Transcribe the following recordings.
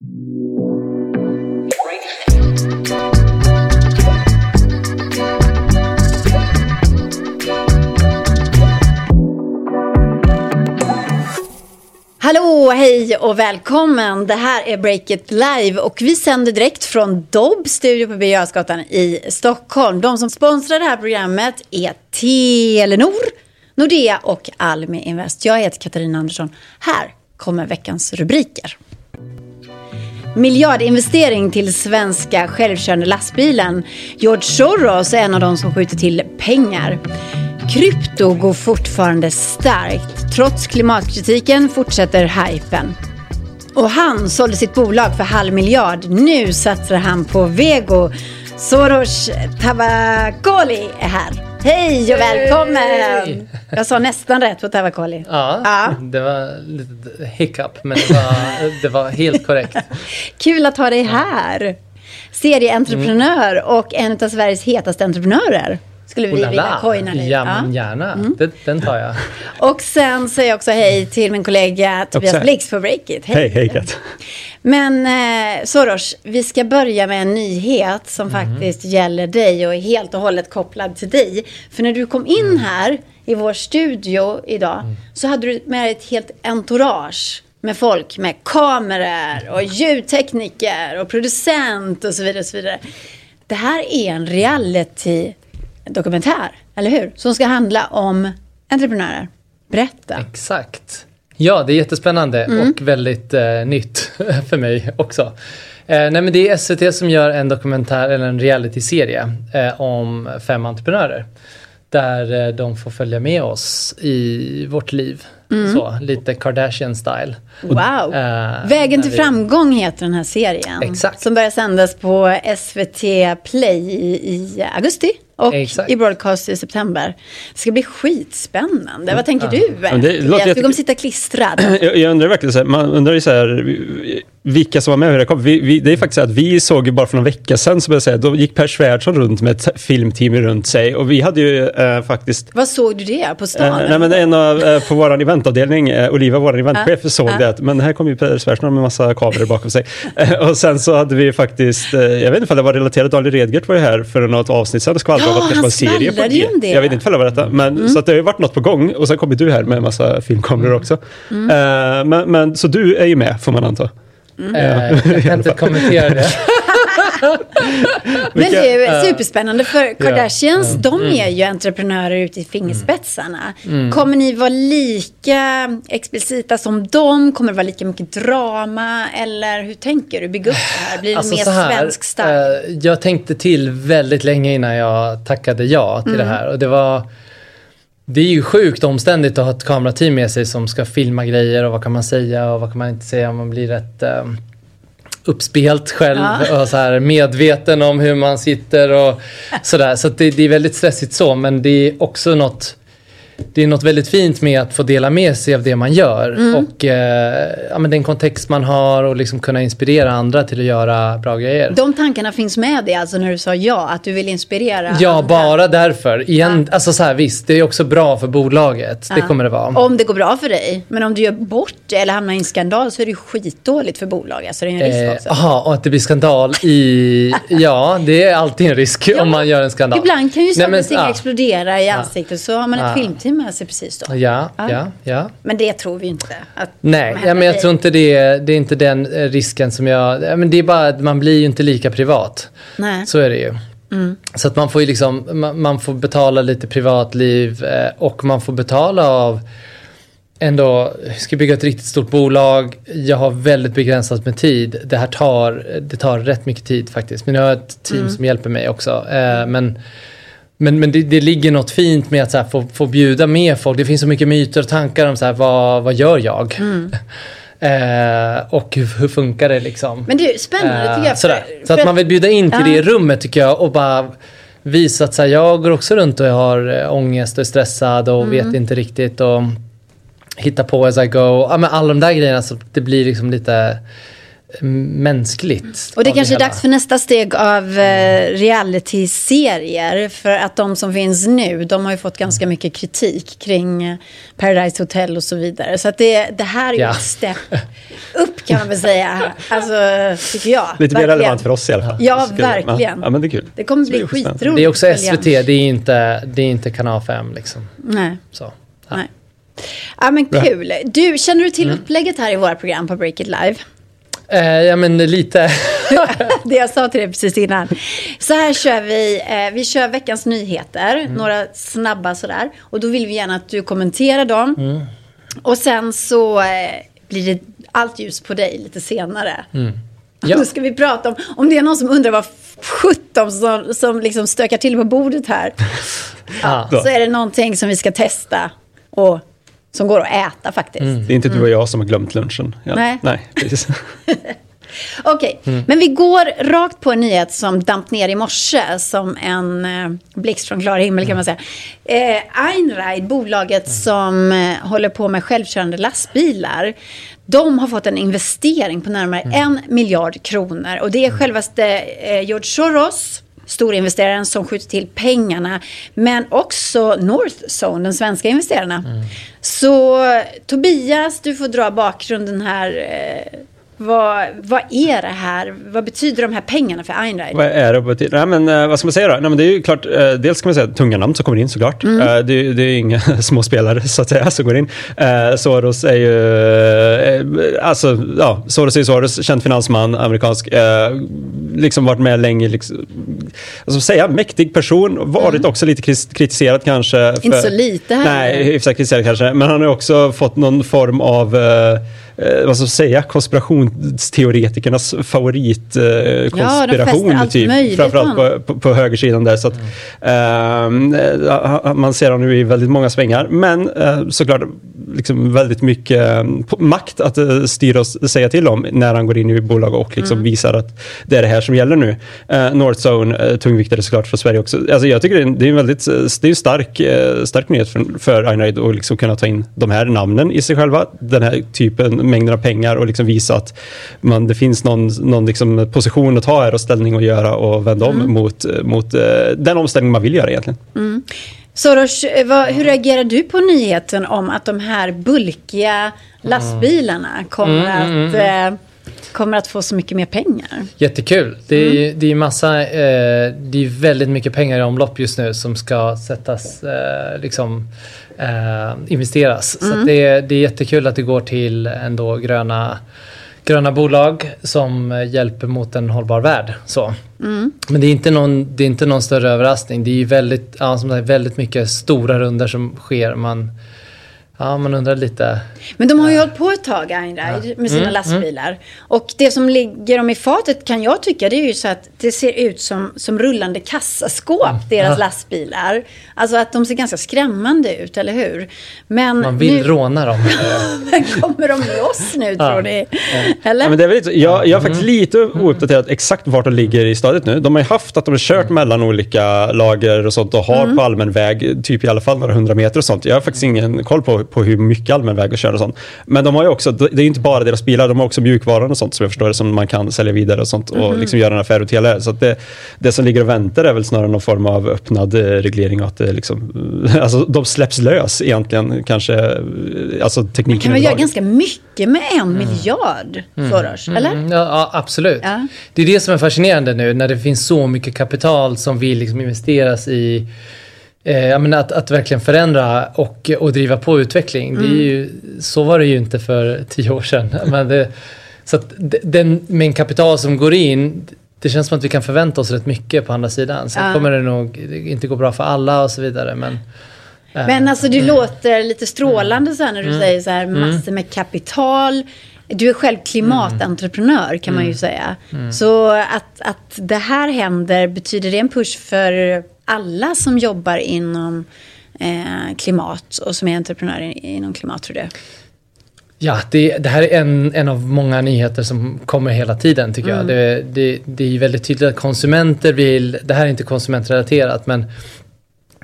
Hallå, hej och välkommen. Det här är Break It Live och vi sänder direkt från Dobb studio på Birger Jarlsgatan i Stockholm. De som sponsrar det här programmet är Telenor, Nordea och Almi Invest. Jag heter Katarina Andersson. Här kommer veckans rubriker. Miljardinvestering till svenska självkörande lastbilen. George Soros är en av de som skjuter till pengar. Krypto går fortfarande starkt. Trots klimatkritiken fortsätter hypen. Och han sålde sitt bolag för 500 miljoner. Nu satsar han på Vego. Soros Tavakoli är här. Hej och välkommen! Hej. Jag sa nästan rätt på Tavakoli. Ja, det var lite hiccup, men det var helt korrekt. Kul att ha dig här. Serieentreprenör och en av Sveriges hetaste entreprenörer. Skulle vi vilja coina dig. Ja, men gärna. Den tar jag. Och sen säger jag också hej till min kollega Tobias Blix på Break It. Hej Kat. Men Soros, vi ska börja med en nyhet som faktiskt gäller dig och är helt och hållet kopplad till dig. För när du kom in här i vår studio idag så hade du med ett helt entourage med folk med kameror och ljudtekniker och producent och så vidare och så vidare. Det här är en reality-dokumentär, eller hur? Som ska handla om entreprenörer. Berätta. Exakt. Ja, det är jättespännande och väldigt nytt för mig också. Nej, men det är SVT som gör en dokumentär eller en reality-serie om 5 entreprenörer. Där de får följa med oss i vårt liv. Så, lite Kardashian-style. Wow. Vägen till framgång heter den här serien. Exakt. Som börjar sändas på SVT Play i augusti. Och i broadcast i september. Det ska bli skitspännande. Vad tänker du? Vi kommer sitta klistrad. Jag undrar verkligen så här, man undrar ju så här, vilka som var med och hur det kom. Det är faktiskt så att vi såg ju bara för någon vecka sedan, så säga, då gick Per Svärdsson runt med ett filmteam runt sig. Och vi hade ju faktiskt... Vad såg du det på stan? Nej, men en av på vår eventavdelning, Oliva, vår eventchef, såg det. Men här kom ju Per Svärdsson med massa kameror bakom sig. Och sen så hade vi faktiskt, jag vet inte om det var relaterat, Daniel Redgert var ju här för något avsnitt sedan. Det skvallrade av att det var en serie på det. Jag vet inte om det var detta. Men, så att det har ju varit något på gång. Och sen kommer du här med massa filmkameror också. Men så du är ju med, får man anta. Jag kan inte kommentera det. Men det är superspännande för Kardashians, de är ju entreprenörer ute i fingerspetsarna. Kommer ni vara lika explicita som de? Kommer det vara lika mycket drama? Eller hur tänker du bygga upp det här? Blir det mer svensk style? Jag tänkte till väldigt länge innan jag tackade ja till det här. Och det är ju sjukt omständigt att ha ett kamerateam med sig som ska filma grejer och vad kan man säga och vad kan man inte säga om man blir rätt uppspelt själv och så här medveten om hur man sitter och sådär. Så att det är väldigt stressigt så, men det är också något väldigt fint med att få dela med sig av det man gör och men den kontext man har och liksom kunna inspirera andra till att göra bra grejer. De tankarna finns med dig alltså när du sa ja, att du vill inspirera Ja, andra. Bara därför. Alltså så här, visst, det är också bra för bolaget. Det kommer det vara. Om det går bra för dig, men om du gör bort det eller hamnar i en skandal så är det ju skitdåligt för bolaget. Så det är en risk också. Jaha, och att det blir skandal i... Ja, det är alltid en risk om man gör en skandal. Ibland kan ju saker och ting explodera i ansiktet, så har man ett filmteam med sig precis då. Ja. Men det tror vi inte. Nej, men jag tror inte det är inte den risken som jag... Men det är bara att man blir ju inte lika privat. Nej. Så är det ju. Så att man får ju liksom... Man får betala lite privatliv och man får betala av... Ändå, jag ska bygga ett riktigt stort bolag. Jag har väldigt begränsat med tid. Det tar rätt mycket tid faktiskt. Men jag har ett team som hjälper mig också. Men det ligger något fint med att så här, få bjuda med folk. Det finns så mycket myter och tankar om så här, vad gör jag? Och hur funkar det liksom? Men det är spännande tycker jag. Så att man vill bjuda in till det rummet tycker jag. Och bara visa att så här, jag går också runt och jag har ångest och är stressad och vet inte riktigt. Och hitta på as I go. Ja, men alla de där grejerna så det blir liksom lite... mänskligt. Och det kanske är dags för nästa steg av reality-serier. För att de som finns nu, de har ju fått ganska mycket kritik kring Paradise Hotel och så vidare. Så att det här är ju ett steg upp, kan man väl säga. Alltså, tycker jag. Lite mer relevant för oss i alla fall. Ja, verkligen. Ja, men det är kul. Det kommer bli skitroligt. Det är också SVT, det är inte kanal 5 liksom. Nej. Så, Nej. Ja, men kul. Du, känner du till upplägget här i våra program på Break It Live? Ja, men lite. Det jag sa till dig precis innan. Så här kör vi kör veckans nyheter, några snabba sådär. Och då vill vi gärna att du kommenterar dem. Och sen så blir det allt ljus på dig lite senare. Ja. Då ska vi prata om det är någon som undrar vad 17 som liksom stökar till på bordet här. Så är det någonting som vi ska testa och som går att äta faktiskt. Det är inte du och jag som har glömt lunchen. Nej, precis. Okej, men vi går rakt på en nyhet som damp ner i morse som en blixt från klar himmel, kan man säga. Einride, bolaget som håller på med självkörande lastbilar, de har fått en investering på närmare 1 miljard kronor. Och det är självaste George Soros, storinvesteraren, som skjuter till pengarna. Men också Northzone, den svenska investerarna. Så Tobias, du får dra bakgrunden här. Vad är det här? Vad betyder de här pengarna för Einride? Vad är det betyder? Nej, men vad ska man säga då? Nej, men det är ju klart, dels kan man säga tunga namn som kommer in såklart. Det är inga små spelare så att säga som går in. Soros är ju Soros är ju Soros, känd finansman, amerikansk, liksom varit med länge, liksom, alltså säga mäktig person, varit också lite kritiserad kanske. Inte så lite här. Nej, hyfsat kritiserad kanske, men han har också fått någon form av vad ska jag säga, konspirationsteoretikernas favoritkonspiration typ, framförallt på högersidan där, så att man ser honom nu i väldigt många svängar, men såklart liksom väldigt mycket makt att styra och säga till om när han går in i bolag och liksom visar att det är det här som gäller nu. Northzone, tungviktare såklart för Sverige också. Alltså jag tycker det är en väldigt, det är en stark nyhet för Einride att liksom kunna ta in de här namnen i sig själva, den här typen, mängden av pengar, och liksom visa att det finns någon liksom position att ta här och ställning att göra och vända om mot den omställning man vill göra egentligen. Soros, hur reagerar du på nyheten om att de här bulkiga lastbilarna kommer att få så mycket mer pengar? Jättekul. Det är massa, det är väldigt mycket pengar i omlopp just nu som ska sättas, investeras. Så att det är jättekul att det går till ändå gröna bolag som hjälper mot en hållbar värld. Så. Men det är inte någon större överraskning. Det är ju väldigt mycket stora runder som sker. Man undrar lite. Men de har ju hållit på ett tag, Einride, med sina lastbilar. Och det som ligger dem i fatet, kan jag tycka, det är ju så att det ser ut som rullande kassaskåp, deras lastbilar. Alltså att de ser ganska skrämmande ut, eller hur? Men man vill råna dem. Men kommer de loss nu, tror ni? Eller? Ja, men det är väl lite, jag är faktiskt lite ouppdaterad exakt vart de ligger i stadiet nu. De har ju haft att de har kört mellan olika lager och sånt och har på allmän väg, typ i alla fall några 100 meter och sånt. Jag har faktiskt ingen koll på hur mycket allmän väg att köra och sånt. Men de har ju också, det är ju inte bara deras bilar, de har också mjukvaran och sånt som jag förstår det, som man kan sälja vidare och sånt och liksom göra en affär och hela. Så att det som ligger och väntar är väl snarare någon form av öppnad reglering och att det liksom, alltså de släpps lös egentligen kanske, alltså tekniken. Kan man göra ganska mycket med 1 miljard för oss, eller? Ja, absolut. Ja. Det är det som är fascinerande nu, när det finns så mycket kapital som vill liksom investeras i att verkligen förändra och driva på utveckling. Det är ju, så var det ju inte för 10 år sedan. Men så att den mängd kapital som går in, det känns som att vi kan förvänta oss rätt mycket på andra sidan. Sen kommer det nog inte gå bra för alla och så vidare. Men alltså du låter lite strålande så här när du säger så här, massor med kapital. Du är själv klimatentreprenör, kan man ju säga. Så att det här händer, betyder det en push för alla som jobbar inom klimat och som är entreprenörer inom klimat, tror du? Ja, det här är en av många nyheter som kommer hela tiden, tycker jag. Det är väldigt tydligt att konsumenter vill, det här är inte konsumentrelaterat, men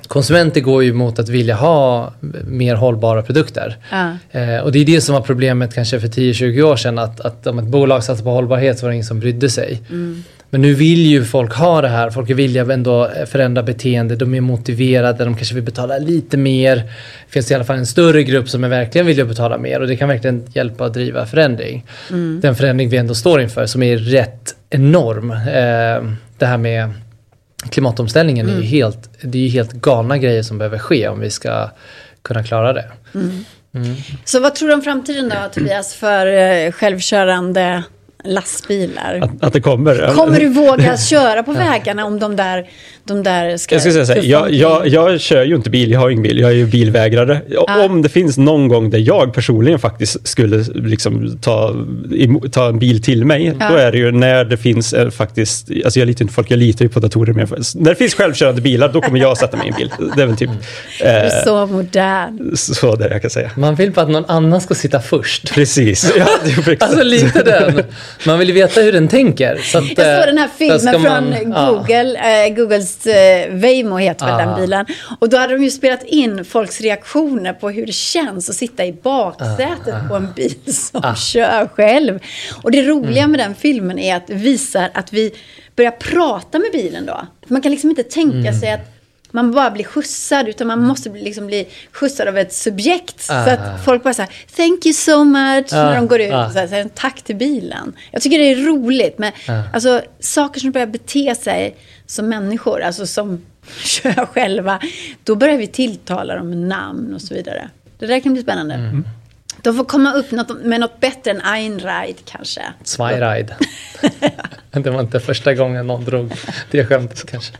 konsumenter går ju mot att vilja ha mer hållbara produkter. Och det är det som var problemet kanske för 10-20 år sedan, att om ett bolag satsar på hållbarhet så var det ingen som brydde sig. Men nu vill ju folk ha det här. Folk är villiga ändå förändra beteende. De är motiverade. De kanske vill betala lite mer. Det finns i alla fall en större grupp som är verkligen villiga betala mer. Och det kan verkligen hjälpa att driva förändring. Den förändring vi ändå står inför som är rätt enorm. Det här med klimatomställningen är ju helt galna grejer som behöver ske om vi ska kunna klara det. Så vad tror du om framtiden då, Tobias, för självkörande lastbilar? Att det kommer. Kommer du våga köra på vägarna om de där ska... Jag ska säga så här, jag kör ju inte bil, jag har ingen bil, jag är ju bilvägrare. Om det finns någon gång där jag personligen faktiskt skulle liksom ta en bil till mig, då är det ju när det finns faktiskt, alltså jag litar inte folk, jag litar ju på datorer mer. När det finns självkörande bilar, då kommer jag sätta mig i en bil. Det är väl typ... Du är så modern. Så där jag kan säga. Man vill på att någon annan ska sitta först. Precis. Ja, alltså lite den. Man vill ju veta hur den tänker. Så att, jag såg den här filmen från Google, Googles Waymo heter väl den bilen. Och då hade de ju spelat in folks reaktioner på hur det känns att sitta i baksätet på en bil som kör själv. Och det roliga med den filmen är att det visar att vi börjar prata med bilen då. Man kan liksom inte tänka sig att man bara blir skjutsad, utan man måste liksom bli skjutsad av ett subjekt. Så att folk bara säger thank you so much när de går ut och säger en tack till bilen. Jag tycker det är roligt med alltså, saker som börjar bete sig som människor, alltså som kör själva. Då börjar vi tilltala dem med namn och så vidare. Det där kan bli spännande. De får komma upp med något bättre än Einride kanske. Zweiride. Det var inte första gången någon drog det skämtet kanske.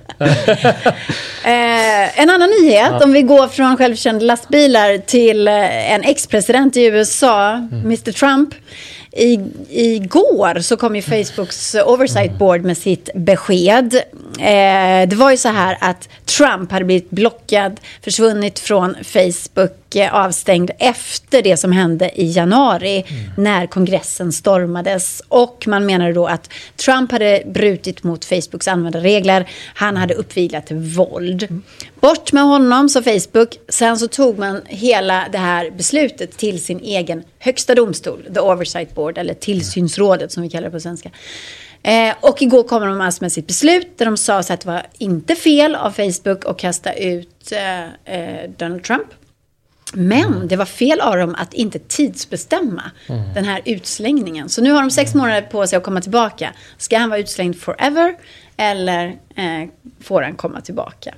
En annan nyhet, om vi går från självkörande lastbilar till en ex-president i USA, Mr. Trump. Igår så kom ju Facebooks Oversight Board med sitt besked. Det var ju så här att Trump hade blivit blockad, försvunnit från Facebook, avstängd efter det som hände i januari när kongressen stormades. Och man menade då att Trump hade brutit mot Facebooks användarregler. Han hade uppviglat till våld. Bort med honom, sa Facebook. Sen så tog man hela det här beslutet till sin egen högsta domstol, The Oversight Board, eller tillsynsrådet som vi kallar det på svenska. Och igår kom de alltså med sitt beslut där de sa så att det var inte fel av Facebook att kasta ut Donald Trump. Men det var fel av dem att inte tidsbestämma den här utslängningen. Så nu har de 6 månader på sig att komma tillbaka. Ska han vara utslängd forever eller får han komma tillbaka?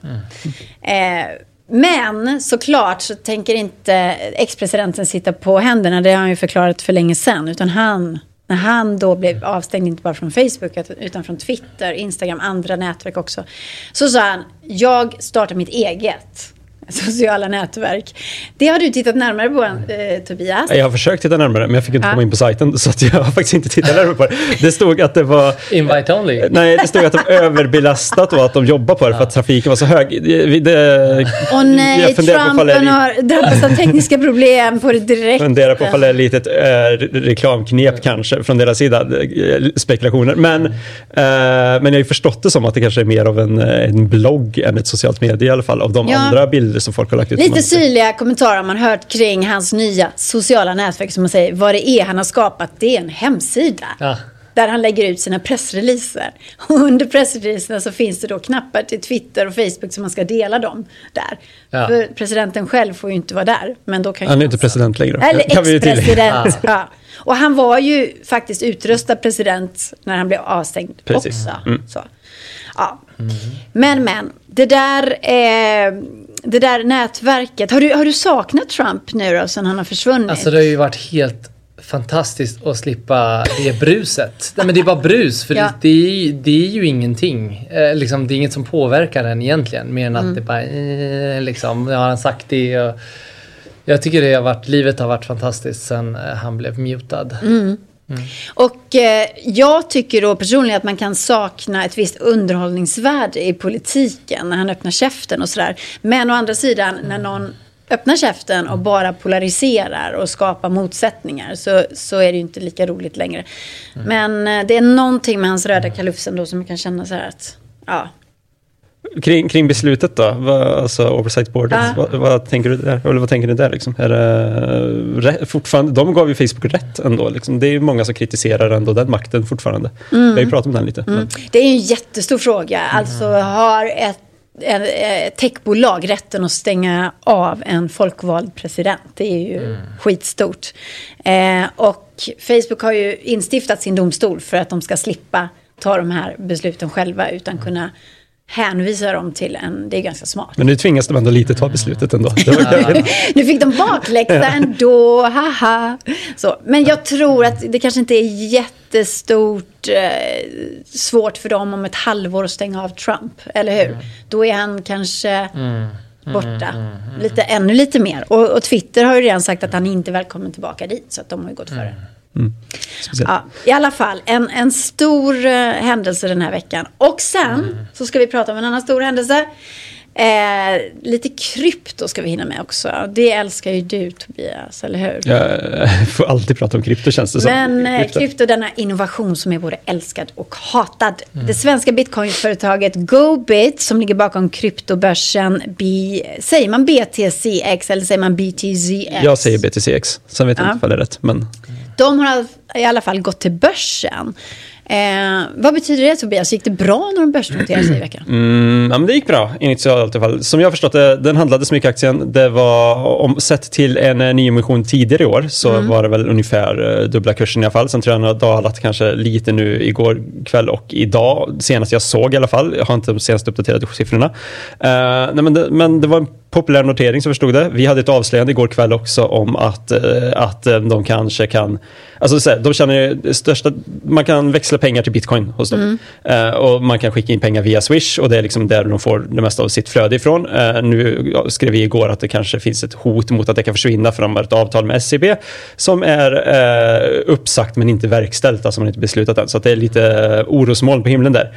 Men såklart så tänker inte ex-presidenten sitta på händerna. Det har han ju förklarat för länge sedan. Utan när han då blev avstängd inte bara från Facebook utan från Twitter, Instagram, andra nätverk också. Så sa han, jag startar mitt eget sociala nätverk. Det har du tittat närmare på, Tobias. Jag har försökt titta närmare, men jag fick inte komma in på sajten, så att jag har faktiskt inte tittat närmare på det. Det stod att det var... Invite only. Nej, det stod att de överbelastat och att de jobbar på det för att trafiken var så hög. Åh nej, Trump har drabbats av tekniska problem på det direkt. Funderar på att det är litet reklamknep kanske från deras sida, spekulationer. Men jag har ju förstått det som att det kanske är mer av en blogg än ett socialt medie i alla fall, av de andra bilder som folk har lagt ut. Lite syrliga kommentarer har man hört kring hans nya sociala nätverk, som man säger, vad det är han har skapat, det är en hemsida. Där han lägger ut sina pressreleaser. Och under pressreleaserna så finns det då knappar till Twitter och Facebook som man ska dela dem där. För presidenten själv får ju inte vara där. Men då kan han är inte president längre. Eller ex-president. Och han var ju faktiskt utrustad president när han blev avstängd också. Så. Ja. Men det där nätverket, har du saknat Trump nu då sen han har försvunnit? Alltså det har ju varit helt fantastiskt att slippa det bruset. Nej, men det är bara brus, för det är ju ingenting. Liksom, det är inget som påverkar den egentligen, mer än att det bara liksom, har han sagt det. Och jag tycker livet har varit fantastiskt sen han blev mutad. Och jag tycker då personligen att man kan sakna ett visst underhållningsvärde i politiken när han öppnar käften och sådär. Men å andra sidan, när någon öppnar käften och bara polariserar och skapar motsättningar, så är det ju inte lika roligt längre. Men det är någonting med hans röda kalufsen då som man kan känna så här att Kring beslutet då, alltså Oversight Board, vad tänker du där? Eller vad tänker ni där liksom? Är det fortfarande, de gav ju Facebook rätt ändå liksom. Det är ju många som kritiserar ändå den makten fortfarande. Vi har ju pratat om den lite. Det är ju en jättestor fråga. Alltså har ett techbolag rätten att stänga av en folkvald president. Det är ju skitstort. Och Facebook har ju instiftat sin domstol för att de ska slippa ta de här besluten själva utan kunna hänvisa dem till det är ganska smart. Men nu tvingas de ändå lite ta beslutet ändå. Nu fick de bakläxa ändå, haha. Så, men jag tror att det kanske inte är jättestort svårt för dem om ett halvår att stänga av Trump, eller hur? Då är han kanske borta ännu lite mer. Och Twitter har ju redan sagt att han inte är välkommen tillbaka dit, så att de har ju gått före. Ja, i alla fall en stor händelse den här veckan. Och sen så ska vi prata om en annan stor händelse. Lite krypto ska vi hinna med också. Det älskar ju du, Tobias, eller hur? Jag får alltid prata om krypto, känns det som. Men krypto, denna innovation som är både älskad och hatad. Det svenska bitcoinföretaget GoBit som ligger bakom kryptobörsen säger man BTCX eller säger man BTZX? Jag säger BTCX, sen vet jag inte om det är rätt. Men... De har i alla fall gått till börsen. Vad betyder det, Tobias? Gick det bra när de börsnoterade sig i veckan? Ja, men det gick bra initialt i alla fall. Som jag har förstått det, den handlade så mycket aktien. Det var, sett till en nyemission tidigare i år, så var det väl ungefär dubbla kursen i alla fall. Sen tror jag den har dalat kanske lite nu igår kväll och idag. Senast jag såg i alla fall. Jag har inte de senaste uppdaterade siffrorna. Men det var en populär notering, så förstod det. Vi hade ett avslöjande igår kväll också om att de kanske kan... Alltså de känner största... Man kan växla pengar till bitcoin hos dem. Och man kan skicka in pengar via Swish, och det är liksom där de får det mesta av sitt flöde ifrån. Nu skrev vi igår att det kanske finns ett hot mot att det kan försvinna, för de har ett avtal med SEB som är uppsagt men inte verkställt, alltså man har inte beslutat än. Så att det är lite orosmoln på himlen där.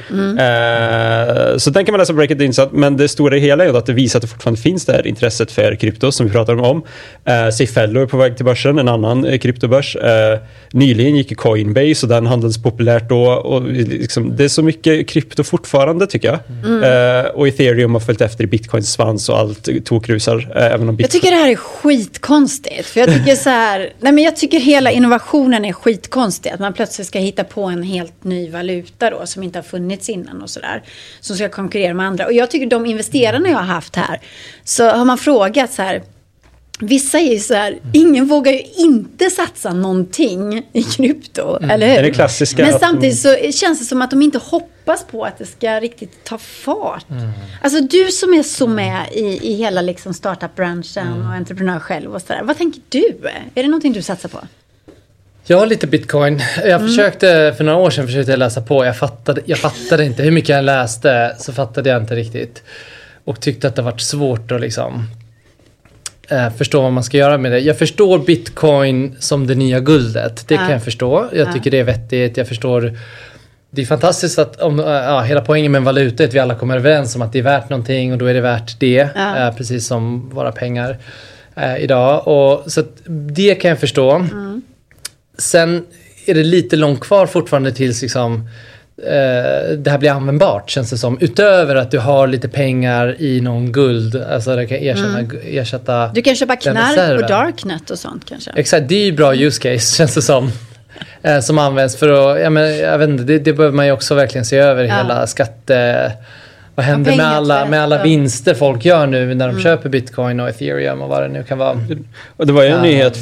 Så den kan man läsa på Breakit Insight, men det stora i hela är att det visar att det fortfarande finns där intresset för krypto som vi pratar om. Cifello är på väg till börsen, en annan kryptobörs. Nyligen gick Coinbase och den handlades populärt då, och liksom, det är så mycket krypto fortfarande, tycker jag. Och Ethereum har följt efter i Bitcoins svans och allt tokrusar, även om Bitcoin... Jag tycker det här är skitkonstigt, för jag tycker så här, jag tycker hela innovationen är skitkonstig, att man plötsligt ska hitta på en helt ny valuta då som inte har funnits innan och sådär, som ska konkurrera med andra. Och jag tycker de investerarna jag har haft här, så har man frågat så här, vissa är ju så här, ingen vågar ju inte satsa någonting i krypto, eller hur? Det är klassiska. Men samtidigt så känns det som att de inte hoppas på att det ska riktigt ta fart. Alltså du som är så med i hela liksom startup-branschen och entreprenör själv och sådär. Vad tänker du? Är det någonting du satsar på? Jag har lite bitcoin. Jag försökte för några år sedan läsa på. Jag fattade inte hur mycket jag läste, så fattade jag inte riktigt. Och tyckte att det varit svårt att liksom förstå vad man ska göra med det. Jag förstår bitcoin som det nya guldet. Det kan jag förstå. Jag tycker det är vettigt. Jag förstår. Det är fantastiskt att hela poängen med en valuta är att vi alla kommer överens om att det är värt någonting, och då är det värt det. Precis som våra pengar idag. Och så att det kan jag förstå. Sen är det lite långt kvar fortfarande tills liksom det här blir användbart, känns det som. Utöver att du har lite pengar i någon guld, alltså det kan ersätta du kan köpa knark på Darknet och sånt kanske. Exakt, det är ju bra use case, känns det som används för att, jag vet inte, det behöver man ju också verkligen se över hela vad händer med alla vinster folk gör nu när de köper bitcoin och ethereum och vad det nu kan vara. Och det var ju en nyhet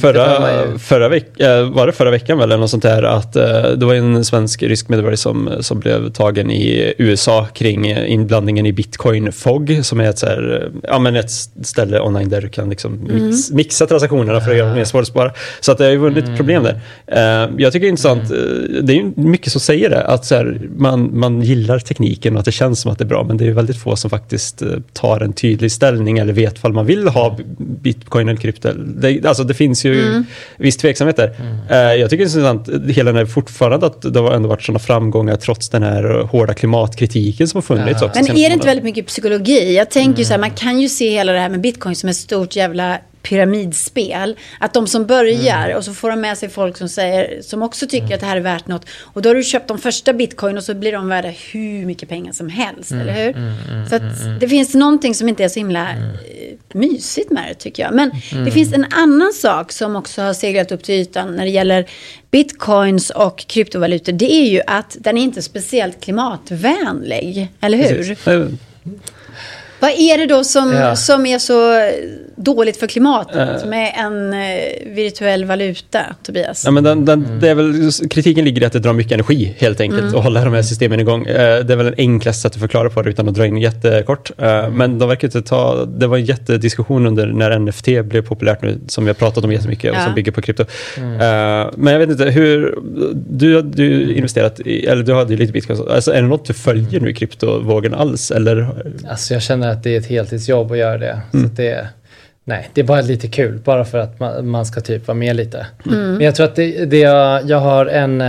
förra veckan väl, eller något sånt där, att det var en svensk rysk medborgare som blev tagen i USA kring inblandningen i Bitcoin Fog, som är ett ställe online där du kan liksom mixa transaktionerna för att göra det mer svårspara. Så att det har ju vunnit problem där. Jag tycker det är intressant, det är ju mycket som säger det, att man gillar tekniken och att det känns som att det är bra, men det är väldigt få som faktiskt tar en tydlig ställning eller vet vad man vill ha bitcoin eller krypto. Det finns ju viss tveksamhet där. Jag tycker det är intressant hela den här fortfarande, att det har ändå varit sådana framgångar trots den här hårda klimatkritiken som har funnits också. Men är det inte väldigt mycket psykologi? Jag tänker så här, man kan ju se hela det här med bitcoin som ett stort jävla pyramidspel. Att de som börjar och så får de med sig folk som också tycker att det här är värt något. Och då har du köpt de första bitcoin och så blir de värda hur mycket pengar som helst, eller hur? Så att det finns någonting som inte är så himla mysigt med det, tycker jag. Men det finns en annan sak som också har seglat upp till ytan när det gäller bitcoins och kryptovalutor. Det är ju att den är inte speciellt klimatvänlig, eller hur? Precis. Vad är det då som är så dåligt för klimatet med en virtuell valuta, Tobias? Ja, men det är väl, kritiken ligger i att det drar mycket energi helt enkelt och hålla de här systemen igång. Det är väl en enklast sätt att förklara på det utan att dra in jättekort. Men de verkar inte det var en jättediskussion under när NFT blev populärt nu, som vi har pratat om jättemycket och som bygger på krypto. Men jag vet inte, hur du investerat i, eller du hade ju lite bitcoin. Alltså, är det något du följer nu i kryptovågen alls? Eller? Alltså jag känner att det är ett heltidsjobb att göra det. Så att det är bara lite kul. Bara för att man ska typ vara med lite. Men jag tror att jag har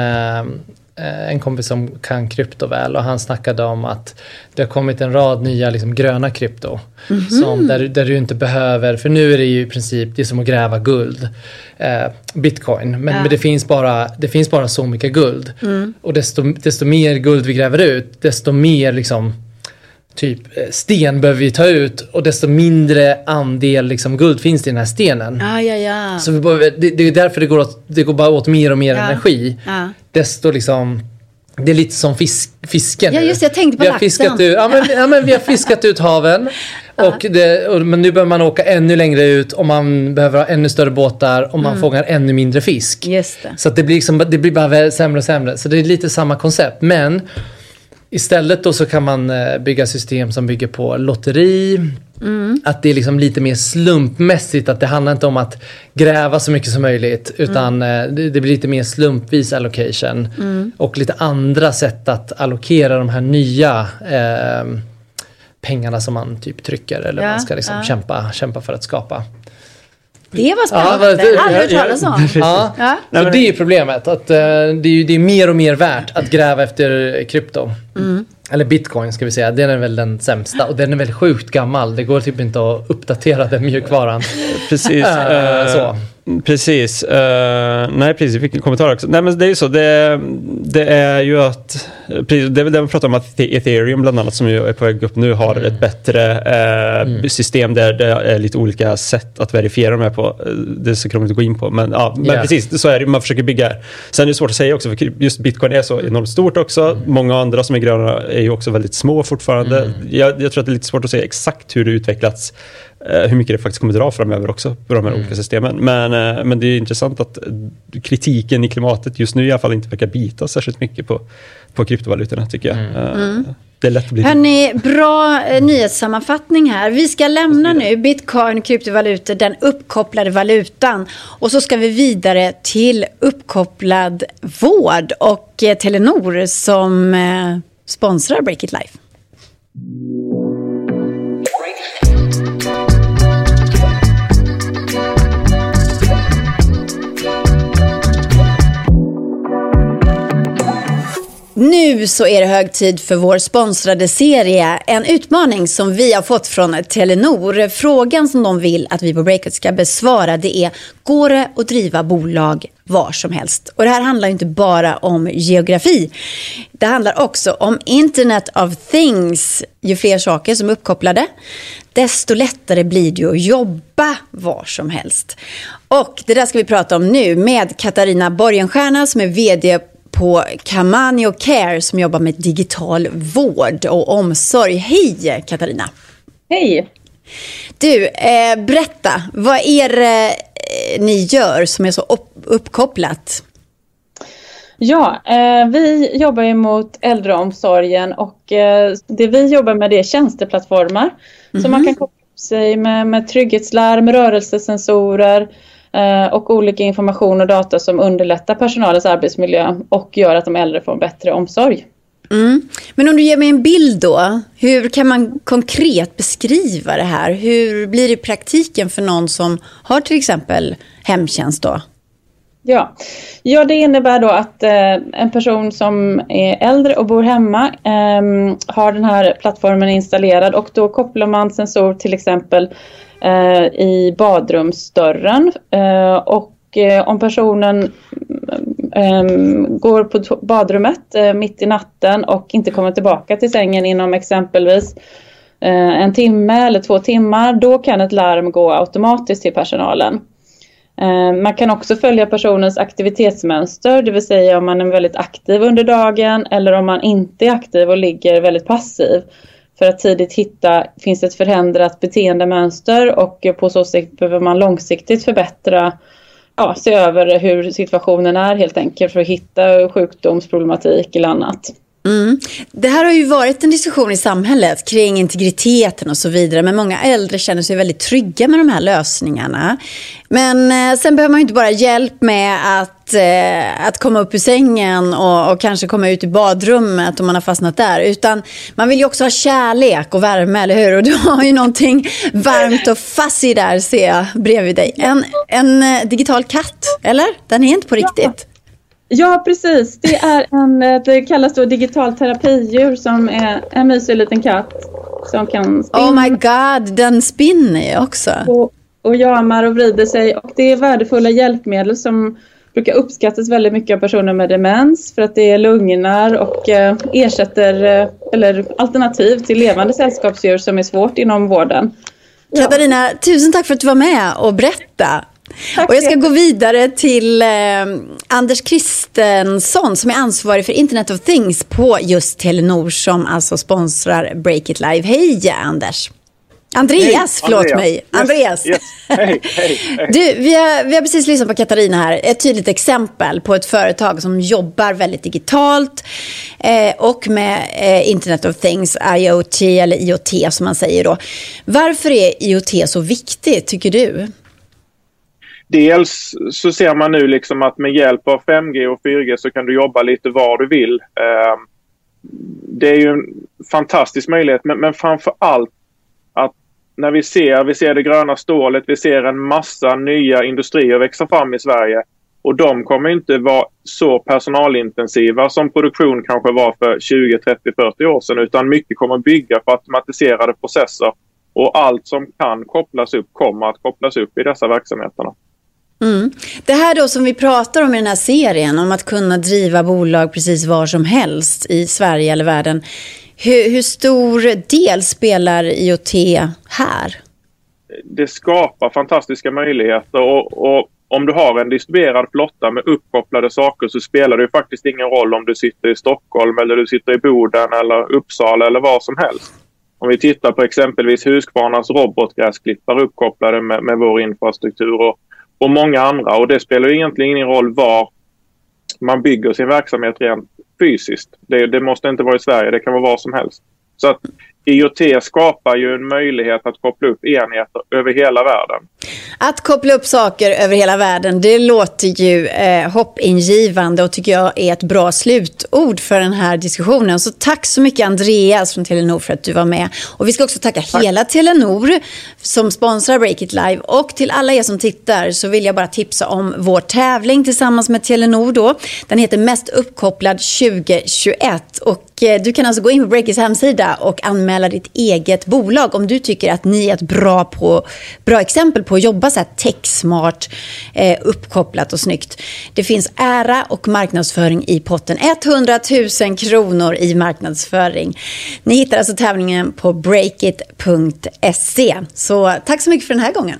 en kompis som kan krypto väl. Och han snackade om att det har kommit en rad nya liksom, gröna krypto. Där du inte behöver. För nu är det ju i princip det är som att gräva guld. Bitcoin. Men det finns bara så mycket guld. Och desto mer guld vi gräver ut. Desto mer liksom typ sten behöver vi ta ut och desto mindre andel liksom guld finns det i den här stenen. Så det är därför det går bara åt mer och mer energi. Desto liksom det är lite som fisken. Ja, just det, jag tänkte på laxen. Vi har fiskat ut haven men nu behöver man åka ännu längre ut och man behöver ha ännu större båtar och man fångar ännu mindre fisk. Just det. Så att det blir bara sämre och sämre. Så det är lite samma koncept, men istället då så kan man bygga system som bygger på lotteri. Att det är liksom lite mer slumpmässigt. Att det handlar inte om att gräva så mycket som möjligt. Utan det blir lite mer slumpvis allocation. Och lite andra sätt att allokera de här nya pengarna som man typ trycker. Eller man ska liksom kämpa för att skapa. Det var spännande. Aldrig talas om. Så det är problemet. Att det är mer och mer värt att gräva efter krypto. Eller bitcoin ska vi säga. Den är väl den sämsta. Och den är väl sjukt gammal. Det går typ inte att uppdatera den mjukvaran. Precis. Så. Precis. Nej, precis. Jag fick en kommentar också. Nej, men det är ju så. Det är ju att det är väl det man pratar om att Ethereum bland annat som ju är på väg upp nu har ett bättre system där det är lite olika sätt att verifiera de här på. Det är så krångligt att gå in på. Men precis, så är det. Man försöker bygga. Sen är det svårt att säga också för just bitcoin är så enormt stort också. Många andra som är gröna är ju också väldigt små fortfarande. Jag tror att det är lite svårt att säga exakt hur det utvecklats. Hur mycket det faktiskt kommer dra framöver också på de här olika systemen. Men det är intressant att kritiken i klimatet just nu i alla fall inte verkar bita särskilt mycket på kryptovalutorna, tycker jag. Det är lätt att bli... Hörrni, bra nyhetssammanfattning här. Vi ska lämna nu bitcoin, kryptovalutor, den uppkopplade valutan. Och så ska vi vidare till uppkopplad vård och Telenor som sponsrar Break It Life. Nu så är det hög tid för vår sponsrade serie. En utmaning som vi har fått från Telenor. Frågan som de vill att vi på Breakit ska besvara, det är: går det att driva bolag var som helst? Och det här handlar inte bara om geografi. Det handlar också om Internet of Things. Ju fler saker som är uppkopplade, desto lättare blir det att jobba var som helst. Och det där ska vi prata om nu med Katarina Borgenstierna som är vd på Camanio Care som jobbar med digital vård och omsorg. Hej Katarina! Hej! Du, berätta, vad är det ni gör som är så uppkopplat? Ja, vi jobbar ju mot äldreomsorgen och det vi jobbar med det är tjänsteplattformar. Så man kan koppla upp sig med trygghetslarm, rörelsesensorer och olika information och data som underlättar personalens arbetsmiljö och gör att de äldre får en bättre omsorg. Men om du ger mig en bild då, hur kan man konkret beskriva det här? Hur blir det i praktiken för någon som har till exempel hemtjänst då? Ja, det innebär då att en person som är äldre och bor hemma har den här plattformen installerad och då kopplar man sensor till exempel i badrumsdörren. Och om personen går på badrummet mitt i natten och inte kommer tillbaka till sängen inom exempelvis 1 timme eller 2 timmar, då kan ett larm gå automatiskt till personalen. Man kan också följa personens aktivitetsmönster, det vill säga om man är väldigt aktiv under dagen eller om man inte är aktiv och ligger väldigt passiv. För att tidigt hitta, finns ett förändrat beteendemönster och på så sätt behöver man långsiktigt förbättra, se över hur situationen är helt enkelt för att hitta sjukdomsproblematik eller annat. Det här har ju varit en diskussion i samhället kring integriteten och så vidare, men många äldre känner sig väldigt trygga med de här lösningarna. Men sen behöver man ju inte bara hjälp med att komma upp ur sängen och kanske komma ut i badrummet om man har fastnat där, utan man vill ju också ha kärlek och värme, eller hur? Och du har ju någonting varmt och fuzzy där, ser jag bredvid dig. En digital katt, eller? Den är inte på riktigt. Ja, precis. Det kallas då digital terapidjur, som är en mysig liten katt som kan spinna. Oh my god, den spinner ju också. Och jamar och vrider sig. Och det är värdefulla hjälpmedel som brukar uppskattas väldigt mycket av personer med demens, för att det lugnar och ersätter eller alternativ till levande sällskapsdjur som är svårt inom vården. Katarina, tusen tack för att du var med och berätta. Och jag ska gå vidare till Anders Kristensson som är ansvarig för Internet of Things på just Telenor, som alltså sponsrar Break It Live. Hej Anders! Andreas. Andreas. Yes. Hej. Du, vi har precis lyssnat på Katarina här. Ett tydligt exempel på ett företag som jobbar väldigt digitalt och med Internet of Things, IoT eller IoT som man säger då. Varför är IoT så viktigt, tycker du? Dels så ser man nu liksom att med hjälp av 5G och 4G så kan du jobba lite var du vill. Det är ju en fantastisk möjlighet, men framför allt att när vi ser det gröna stålet, vi ser en massa nya industrier växa fram i Sverige, och de kommer inte vara så personalintensiva som produktion kanske var för 20, 30, 40 år sedan, utan mycket kommer bygga på automatiserade processer, och allt som kan kopplas upp kommer att kopplas upp i dessa verksamheterna. Det här då som vi pratar om i den här serien, om att kunna driva bolag precis var som helst i Sverige eller världen. Hur stor del spelar IoT här? Det skapar fantastiska möjligheter, och om du har en distribuerad flotta med uppkopplade saker så spelar det ju faktiskt ingen roll om du sitter i Stockholm eller du sitter i Boden eller Uppsala eller var som helst. Om vi tittar på exempelvis Husqvarnas robotgräsklippare uppkopplade med vår infrastruktur och många andra, och det spelar ju egentligen ingen roll var man bygger sin verksamhet rent fysiskt. Det måste inte vara i Sverige, det kan vara var som helst. Så att IoT skapar ju en möjlighet att koppla upp enheter över hela världen. Att koppla upp saker över hela världen, det låter ju hoppingivande och tycker jag är ett bra slutord för den här diskussionen. Så tack så mycket Andreas från Telenor för att du var med. Och vi ska också tacka hela Telenor som sponsrar Break It Live. Och till alla er som tittar så vill jag bara tipsa om vår tävling tillsammans med Telenor då. Den heter Mest uppkopplad 2021, och du kan alltså gå in på Breakits hemsida och anmäla ditt eget bolag om du tycker att ni är ett bra exempel på att jobba så här tech-smart, uppkopplat och snyggt. Det finns ära och marknadsföring i potten. 100 000 kronor i marknadsföring. Ni hittar alltså tävlingen på breakit.se. Så tack så mycket för den här gången.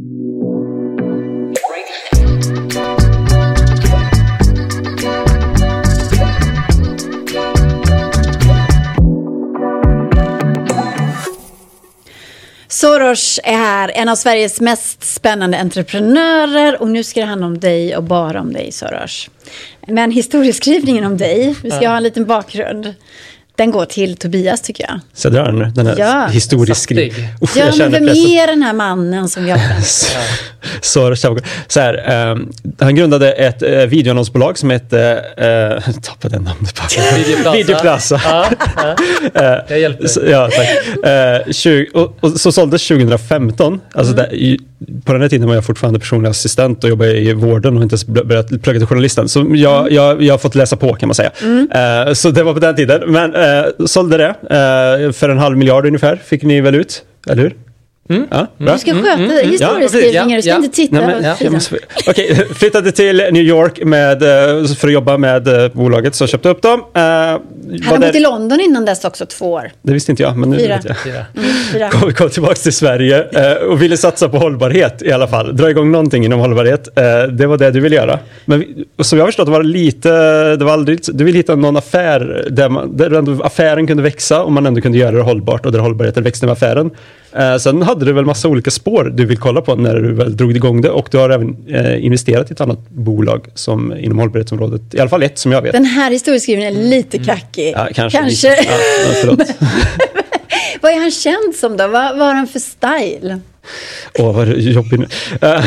Soros är här, en av Sveriges mest spännande entreprenörer, och nu ska det handla om dig och bara om dig, Soros. Men historieskrivningen om dig, vi ska ha en liten bakgrund. Den går till Tobias, tycker jag. Så där, den här historieskrivning. Ja, men vem är den här mannen som jag så här, han grundade ett videoannonsbolag som hette tappade namnet på. Videoplaza. Jag hjälper. Ja, tack. Och så såldes 2015. Alltså på den här tiden var jag fortfarande personlig assistent och jobbade i vården och inte ens börjat plugga till journalisten. Så jag har fått läsa på, kan man säga. Så det var på den tiden. Men sålde det för 500 miljoner ungefär. Fick ni väl ut, eller hur? Ja, Du ska sköta historieskrivningar, du ska inte titta. Okej, flyttade till New York för att jobba med bolaget, så köpte upp dem. Han bott i London innan dess också 2 år. Det visste inte jag, men nu vet jag. 4. Kom tillbaka till Sverige och ville satsa på hållbarhet i alla fall. Dra igång någonting inom hållbarhet. Det var det du ville göra. Men som jag förstått du ville hitta någon affär där ändå affären kunde växa och man ändå kunde göra det hållbart och där hållbarheten växte med affären. Sen hade du väl massa olika spår du vill kolla på när du väl drog igång det, och du har även investerat i ett annat bolag som inom hållbarhetsområdet, i alla fall ett som jag vet. Den här historieskrivningen är lite kackig. Ja, kanske. Ja, vad är han känd som då? Vad har han för style? Vad jobbigt nu.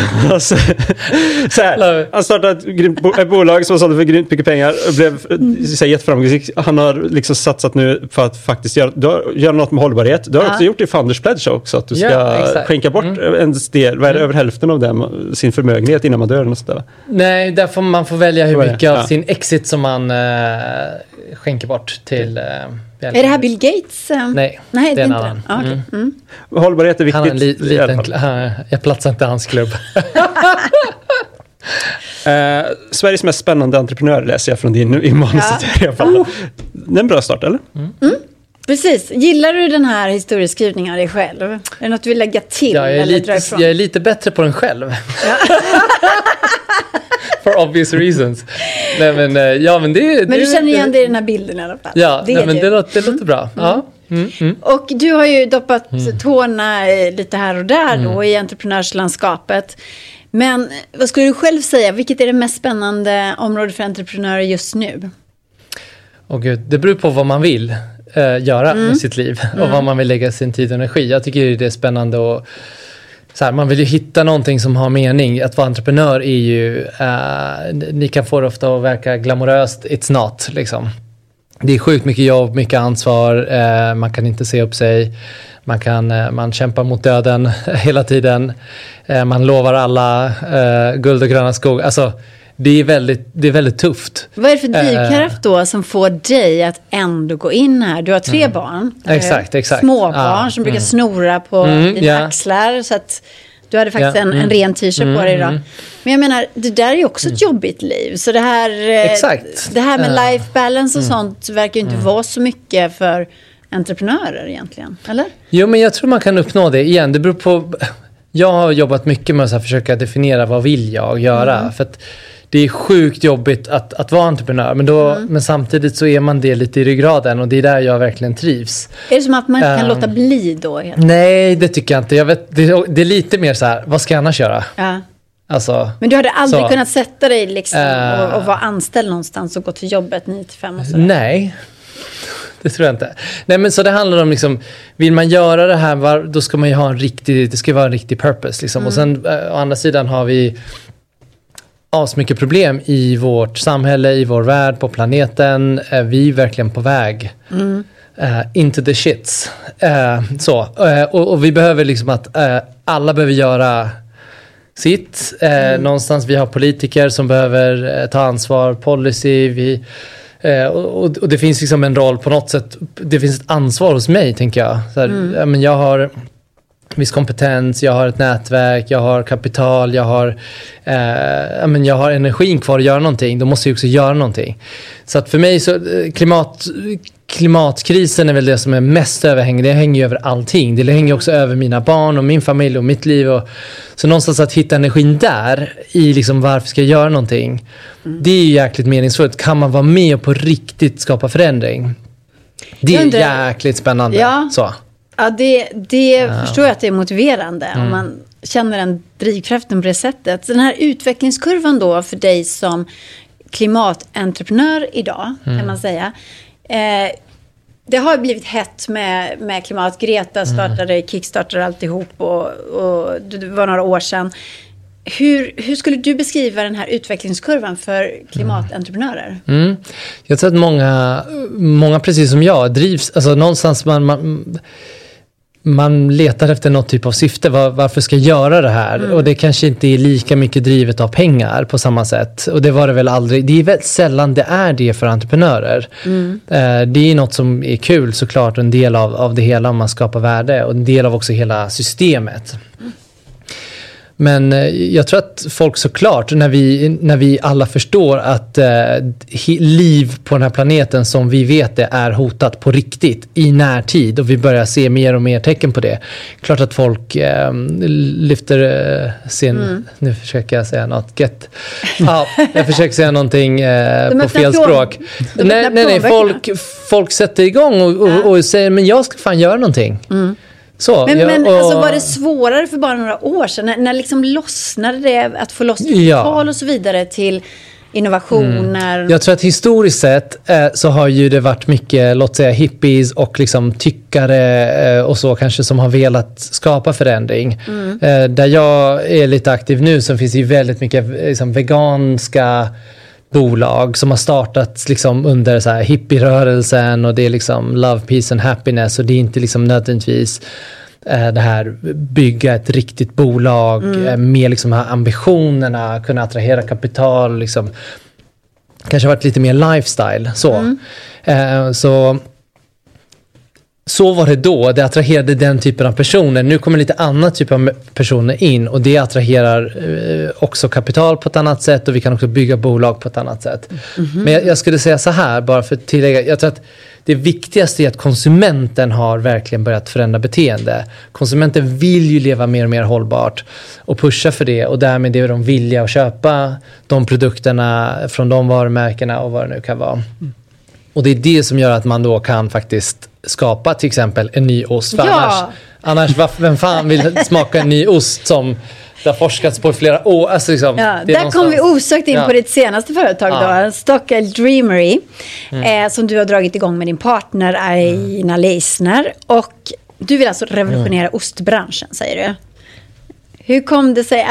Han startade ett bolag som sålde för grymt mycket pengar och blev jätteframgångsrik. Han har liksom satsat nu för att faktiskt göra något med hållbarhet. Du har också gjort det i Founders Pledge också, att du ska skänka bort en del, över hälften av sin förmögenhet innan man dör. Och sådär. Nej, där får man välja hur mycket av sin exit som man skänker bort till... Är det här Bill Gates? Nej, det är en inte annan. Hållbarhet är viktigt. Han är en liten... jag platsar inte i hans klubb. Sveriges mest spännande entreprenör läser jag från din manuset i alla fall. Det är en bra start, eller? Precis. Gillar du den här historieskrivningen av dig själv? Är det något du vill lägga till? Ja, jag är lite bättre på den själv. For obvious reasons. Nej, men du känner igen det i den här bilden i alla fall. Ja, det låter bra. Ja. Och du har ju doppat tårna lite här och där då i entreprenörslandskapet. Men vad skulle du själv säga? Vilket är det mest spännande området för entreprenörer just nu? Gud, det beror på vad man vill göra med sitt liv och vad man vill lägga sin tid och energi. Jag tycker det är spännande och man vill ju hitta någonting som har mening. Att vara entreprenör är ju... ni kan få det ofta att verka glamoröst. It's not, liksom. Det är sjukt mycket jobb, mycket ansvar. Man kan inte se upp sig. Man kämpar mot döden hela tiden. Man lovar alla guld och gröna skog. Alltså, det är väldigt tufft. Vad är det för drivkraft då som får dig att ändå gå in här? Du har 3 barn. Exakt. Småbarn som brukar snora på dina axlar. Så att du hade faktiskt en ren t-shirt på dig idag. Men jag menar, det där är ju också ett jobbigt liv. Så det här, det här med life balance och sånt verkar ju inte vara så mycket för entreprenörer egentligen, eller? Jo, men jag tror man kan uppnå det igen. Det beror på... Jag har jobbat mycket med att försöka definiera vad vill jag göra. För att det är sjukt jobbigt att vara entreprenör. Men samtidigt så är man det lite i ryggraden. Och det är där jag verkligen trivs. Är det som att man kan låta bli då? Nej, det tycker jag inte. Jag vet, det är lite mer så här, vad ska jag annars göra? Ja. Alltså, men du hade aldrig kunnat sätta dig liksom, och vara anställd någonstans och gå till jobbet 9-5 och sådär? Nej. Det tror jag inte. Nej, men så det handlar om liksom, vill man göra det här, då ska man ju ha det ska vara en riktig purpose liksom. Och sen å andra sidan har vi mycket problem i vårt samhälle, i vår värld, på planeten. Vi är verkligen på väg into the shits. Och vi behöver liksom att alla behöver göra sitt. Någonstans vi har politiker som behöver ta ansvar, policy, och det finns liksom en roll på något sätt. Det finns ett ansvar hos mig, tänker jag. Så här, men jag har viss kompetens, jag har ett nätverk, jag har kapital, jag har energin kvar att göra någonting. Då måste jag också göra någonting. Så att för mig så klimatkrisen är väl det som är mest överhängande. Det hänger ju över allting. Det hänger också över mina barn och min familj och mitt liv. Så någonstans att hitta energin där i liksom varför ska jag göra någonting. Det är ju jäkligt meningsfullt. Kan man vara med och på riktigt skapa förändring? Det är jäkligt spännande. Ja. Så. Ja, det förstår jag att det är motiverande om man känner den drivkraften på det sättet. Den här utvecklingskurvan då för dig som klimatentreprenör idag, kan man säga. Det har blivit hett med klimat. Greta kickstartade alltihop och det var några år sedan. Hur skulle du beskriva den här utvecklingskurvan för klimatentreprenörer? Jag tror att många precis som jag drivs, alltså någonstans man letar efter något typ av syfte. Varför ska jag göra det här? Och det kanske inte är lika mycket drivet av pengar på samma sätt. Och det var det väl aldrig. Det är väldigt sällan det är det för entreprenörer. Det är något som är kul såklart. En del av det hela om man skapar värde. Och en del av också hela systemet. Men jag tror att folk såklart, när vi alla förstår att liv på den här planeten som vi vet det är hotat på riktigt i närtid och vi börjar se mer och mer tecken på det. Klart att folk lyfter sin... Nu försöker jag säga något gött. Ja, jag försöker säga någonting på fel språk. Nej, folk sätter igång och säger men jag ska fan göra någonting. Så, men alltså var det svårare för bara några år sedan när liksom lossnade det att få loss kapital och så vidare till innovationer? Jag tror att historiskt sett så har ju det varit mycket, låt säga hippies och liksom tyckare och så kanske som har velat skapa förändring. Där jag är lite aktiv nu så finns det ju väldigt mycket liksom, veganska bolag som har startat liksom under så här hippierörelsen och det är liksom love, peace and happiness och det är inte liksom nödvändigtvis det här bygga ett riktigt bolag med liksom här ambitionerna, kunna attrahera kapital liksom kanske varit lite mer lifestyle så var det då. Det attraherade den typen av personer. Nu kommer lite annan typ av personer in och det attraherar också kapital på ett annat sätt och vi kan också bygga bolag på ett annat sätt. Men jag skulle säga så här, bara för att tillägga. Jag tror att det viktigaste är att konsumenten har verkligen börjat förändra beteende. Konsumenten vill ju leva mer och mer hållbart och pusha för det och därmed är de villiga att köpa de produkterna från de varumärkena och vad det nu kan vara. Och det är det som gör att man då kan faktiskt skapa till exempel en ny ost. För annars vem fan vill smaka en ny ost som det har forskats på i flera år? Alltså liksom, där kom vi osökt in på ditt senaste företag då, Stockel Dreamery, som du har dragit igång med din partner Aina Leisner. Och du vill alltså revolutionera ostbranschen, säger du. Hur kom det sig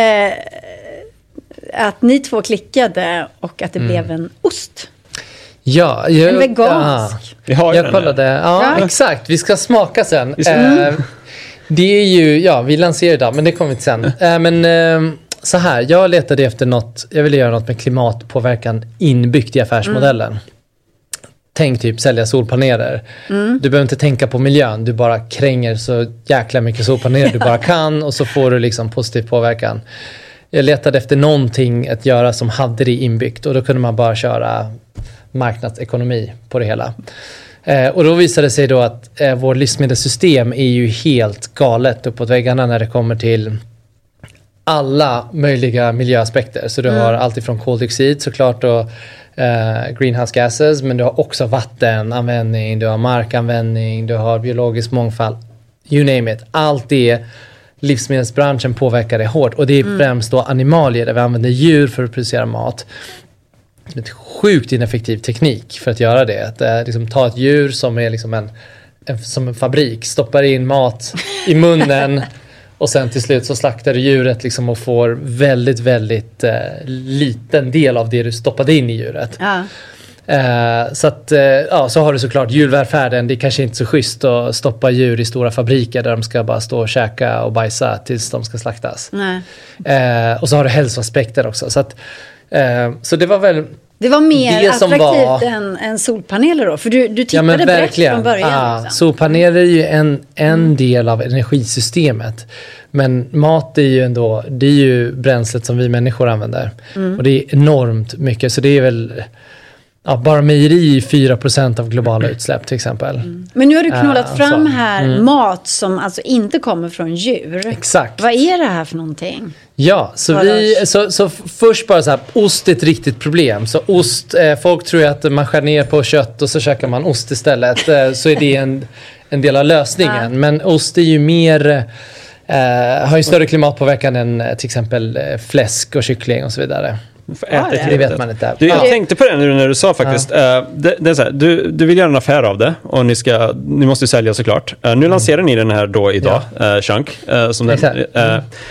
att ni två klickade och att det blev en ost? Ja, en vegansk. Jag kollade. Ja, exakt. Vi ska smaka sen. Det är ju, vi lanserar idag, men det kommer vi sen. Så här, jag letade efter något, jag ville göra något med klimatpåverkan inbyggt i affärsmodellen. Tänk typ sälja solpaneler. Du behöver inte tänka på miljön, du bara kränger så jäkla mycket solpaneler du bara kan och så får du liksom positiv påverkan. Jag letade efter någonting att göra som hade det inbyggt och då kunde man bara köra marknadsekonomi på det hela. Och då visade det sig då att vår livsmedelssystem är ju helt galet uppåt väggarna när det kommer till alla möjliga miljöaspekter. Så du har allt ifrån koldioxid såklart och greenhouse gases, men du har också vattenanvändning, du har markanvändning, du har biologisk mångfald, you name it. Allt det livsmedelsbranschen påverkar det hårt och det är främst då animalier där vi använder djur för att producera mat. Det är ett sjukt ineffektiv teknik för att göra det. Att liksom ta ett djur som är liksom som en fabrik, stoppar in mat i munnen och sen till slut så slaktar du djuret liksom och får väldigt, väldigt liten del av det du stoppade in i djuret. Så att så har du såklart djurvälfärden. Det är kanske inte så schysst att stoppa djur i stora fabriker där de ska bara stå och käka och bajsa tills de ska slaktas. Och så har du hälsoaspekter också. Så att så det var väl det var mer attraktivt än solpaneler då? För du tittade brett från början. Liksom. Solpaneler är ju en del av energisystemet. Men mat är ju ändå, det är ju bränslet som vi människor använder. Och det är enormt mycket. Så det är väl bara mejeri är 4% av globala utsläpp till exempel. Men nu har du knålat fram här mat som alltså inte kommer från djur. Exakt. Vad är det här för någonting? Ja, så först bara så här, ost är ett riktigt problem. Så ost, folk tror ju att man skär ner på kött och så käkar man ost istället. Så är det en del av lösningen. Men ost är ju mer, har ju större klimatpåverkan än till exempel fläsk och kyckling och så vidare. Det vet man inte. Jag tänkte på det nu när du sa faktiskt. Det är så här, du vill göra en affär av det och ni måste sälja såklart. Nu lanserar ni den här då idag, Chunk.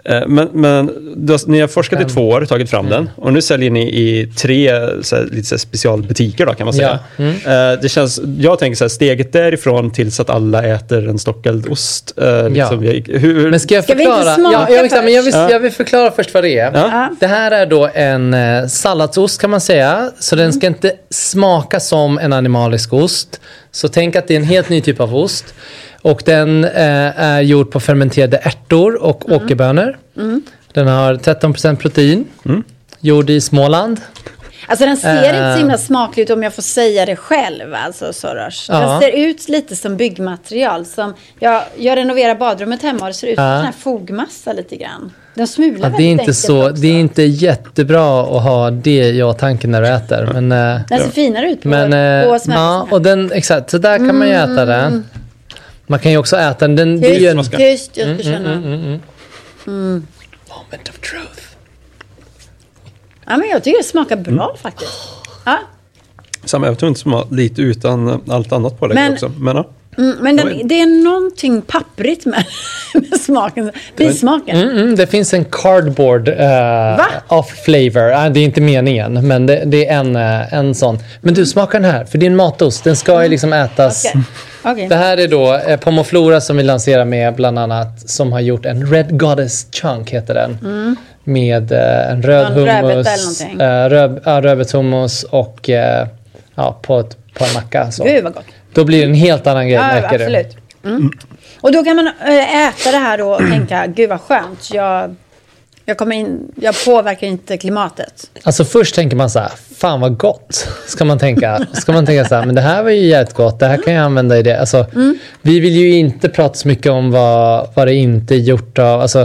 Men ni har forskat i 2 år, tagit fram den. Och nu säljer ni i 3 lite så specialbutiker då, kan man säga. Ja. Det känns, jag tänker så här, steget därifrån tills att alla äter en stockeld ost. Liksom, men ska jag förklara? Jag vill förklara först vad det är. Ja. Det här är då en salladsost, kan man säga. Så den ska inte smaka som en animalisk ost. Så tänk att det är en helt ny typ av ost. Och den är gjord på fermenterade ärtor och åkerbönor. Den har 13% protein. Gjord i Småland. Alltså den ser inte så himla smaklig ut, om jag får säga det själv. Alltså, Soros. Den ser ut lite som byggmaterial. Jag renoverar badrummet hemma och det ser ut som en här fogmassa lite grann. Den smular det är inte så. Också. Det är inte jättebra att ha det i tanken när du äter. Men, den ser finare ut på smärtan. Och den, exakt, så där kan man ju äta den. Man kan ju också äta den. Tyst, jag ska känna. Moment of truth. Ja, men jag tycker det smakar bra faktiskt. Ja. Samma, jag tror inte smakar lite utan allt annat på det också. Men det är någonting papprigt med smaken. Bismaken. Det finns en cardboard of flavor. Det är inte meningen, men det är en sån. Men du, smakar den här, för det är en matost. Den ska ju liksom ätas. Okay. Det här är då Pomoflora som vi lanserar med bland annat, som har gjort en Red Goddess Chunk heter den. Med en röd hummus, rödbetshummus och på en macka. Så. Gud vad gott. Då blir det en helt annan grej, märker absolut. Och då kan man äta det här då och tänka, gud vad skönt, jag påverkar inte klimatet. Alltså först tänker man så här, fan vad gott, ska man tänka så här, men det här var ju jävligt gott, det här kan jag använda i det. Alltså, vi vill ju inte prata så mycket om vad det inte är gjort av, alltså,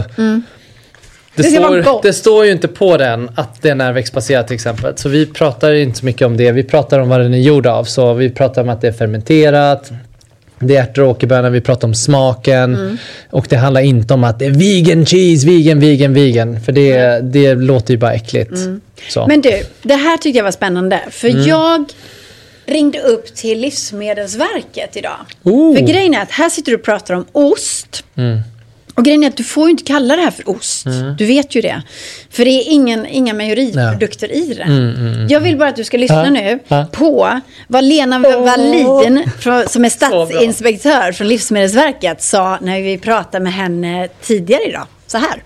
det står ju inte på den att den är växtbaserad till exempel. Så vi pratar inte så mycket om det. Vi pratar om vad den är gjord av. Så vi pratar om att det är fermenterat. Det är ärtor och åkerbönor. Vi pratar om smaken. Och det handlar inte om att det är vegan cheese, vegan. För det låter ju bara äckligt. Så. Men du, det här tycker jag var spännande. För jag ringde upp till Livsmedelsverket idag. För grejen är att här sitter du och pratar om ost. Och grejen är att du får ju inte kalla det här för ost. Du vet ju det. För det är inga mejeriprodukter i det. Jag vill bara att du ska lyssna nu på vad Lena Wallin, som är statsinspektör från Livsmedelsverket, sa när vi pratade med henne tidigare idag. Så här.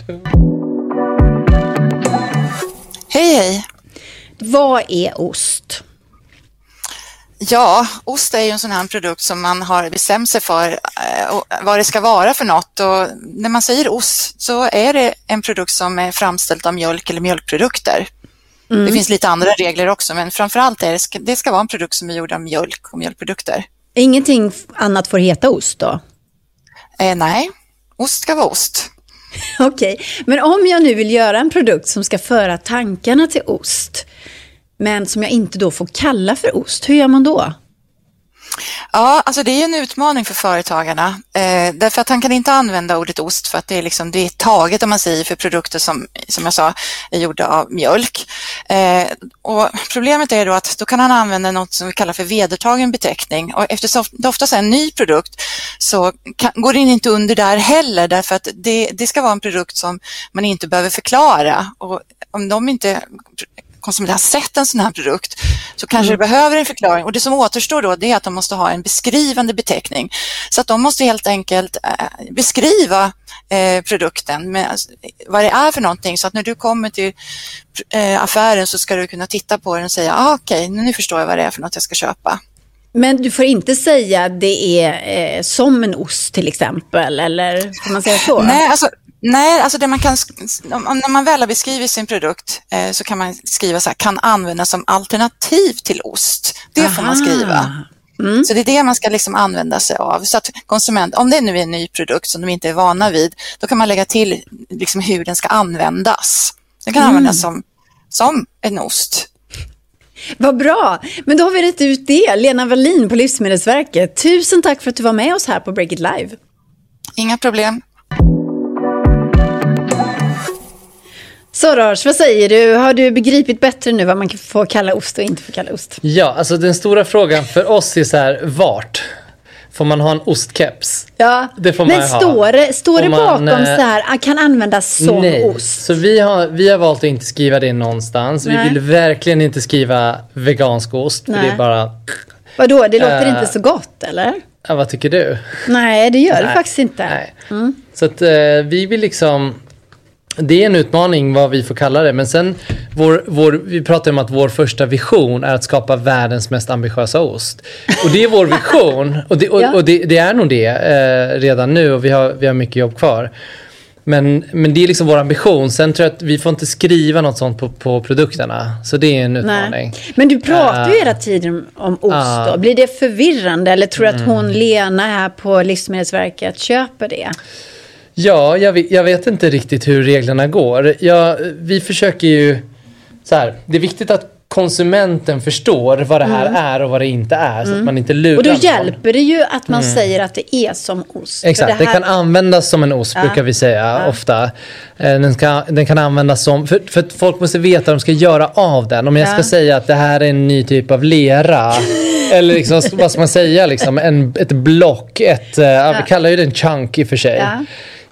Hej. Vad är ost? Ja, ost är ju en sån här produkt som man har bestämt sig för vad det ska vara för något. Och när man säger ost så är det en produkt som är framställd av mjölk eller mjölkprodukter. Det finns lite andra regler också, men framförallt det ska vara en produkt som är gjord av mjölk och mjölkprodukter. Ingenting annat får heta ost då? Nej, ost ska vara ost. Okej, men om jag nu vill göra en produkt som ska föra tankarna till ost, men som jag inte då får kalla för ost, hur gör man då? Ja, alltså det är en utmaning för företagarna. Därför att han kan inte använda ordet ost för att det är taget, om man säger, för produkter som jag sa är gjorda av mjölk. Och problemet är då att då kan han använda något som vi kallar för vedertagen beteckning. Och eftersom det oftast är en ny produkt så går den inte under där heller, därför att det ska vara en produkt som man inte behöver förklara. Och om de inte konsumenter har sett en sån här produkt så kanske det behöver en förklaring, och det som återstår då det är att de måste ha en beskrivande beteckning, så att de måste helt enkelt beskriva produkten med vad det är för någonting, så att när du kommer till affären så ska du kunna titta på den och säga okej, nu förstår jag vad det är för något jag ska köpa. Men du får inte säga att det är som en ost till exempel, eller får man säga så? Nej, alltså det man kan, när man väl har beskrivit sin produkt så kan man skriva så här, kan användas som alternativ till ost. Det får man skriva. Så det är det man ska liksom använda sig av. Så att konsument, om det nu är en ny produkt som de inte är vana vid, då kan man lägga till liksom hur den ska användas. Den kan användas som en ost. Vad bra, men då har vi rätt ut det. Lena Wallin på Livsmedelsverket. Tusen tack för att du var med oss här på Break It Live. Inga problem. Soros, vad säger du? Har du begripit bättre nu vad man får kalla ost och inte får kalla ost? Ja, alltså den stora frågan för oss är så här, vart? får man ha en ostkeps? Ja, Det får men man står det bakom så här, kan användas som nej. ost? Så vi har valt att inte skriva det någonstans. Nej. Vi vill verkligen inte skriva vegansk ost. För Nej. det är bara... Vadå, det låter inte så gott, eller? Ja, vad tycker du? Nej, det gör det faktiskt inte. Nej. Så att vi vill liksom... Det är en utmaning vad vi får kalla det. Men sen, vi pratar om att vår första vision är att skapa världens mest ambitiösa ost. Och det är vår vision. Och det är nog det redan nu. Och vi har mycket jobb kvar. Men det är liksom vår ambition. Sen tror jag att vi får inte skriva något sånt på produkterna. Så det är en utmaning. Nej. Men du pratar ju hela tiden om ost då. Blir det förvirrande? Eller tror du att hon Lena här på Livsmedelsverket köper det? Ja, jag vet inte riktigt hur reglerna går. Vi försöker ju... Så här, det är viktigt att konsumenten förstår vad det här är och vad det inte är. Så att man inte lurar. Och då hjälper det ju att man säger att det är som ost. Exakt, det kan användas som en ost brukar vi säga ofta. Den kan användas som... För att folk måste veta vad de ska göra av den. Om jag ska säga att det här är en ny typ av lera... Eller liksom, vad ska man säga? Liksom, ett block. Vi kallar ju det en chunk i och för sig. Ja.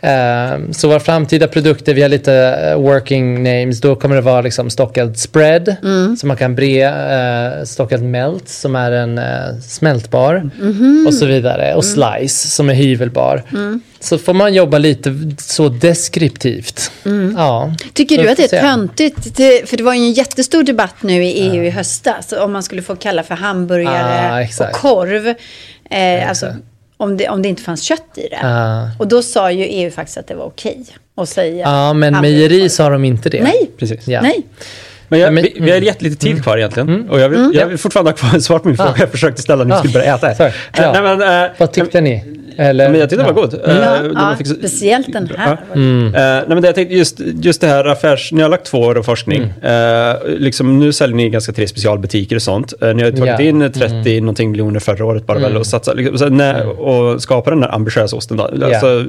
Så våra framtida produkter, vi har lite working names. Då kommer det vara liksom stockad spread som man kan stockad melt som är en smältbar och så vidare. Och slice som är hyvelbar. Så får man jobba lite så deskriptivt. Ja. Tycker du att det är töntigt? För det var ju en jättestor debatt nu i EU i höstas. Om man skulle få kalla för hamburgare och korv. Alltså... Om det inte fanns kött i det. Och då sa ju EU faktiskt att det var okej att säga. Ja, men mejeri sa de inte det. Nej, precis. Ja. Nej. Men vi har gett lite tid kvar egentligen. Och jag vill fortfarande ha kvar ett svar på min fråga. Jag försökte ställa när vi skulle börja äta. Vad tyckte ni? Eller? Men jag tyckte det var god. Speciellt den här. Nej, men jag tänkte just det här ni har lagt 2 år av forskning. Liksom, nu säljer ni ganska 3 specialbutiker och sånt. Ni har tagit in 30 någonting miljoner förra året bara väl och satsat. Liksom, och skapar den där ambitiösa osten då. Alltså,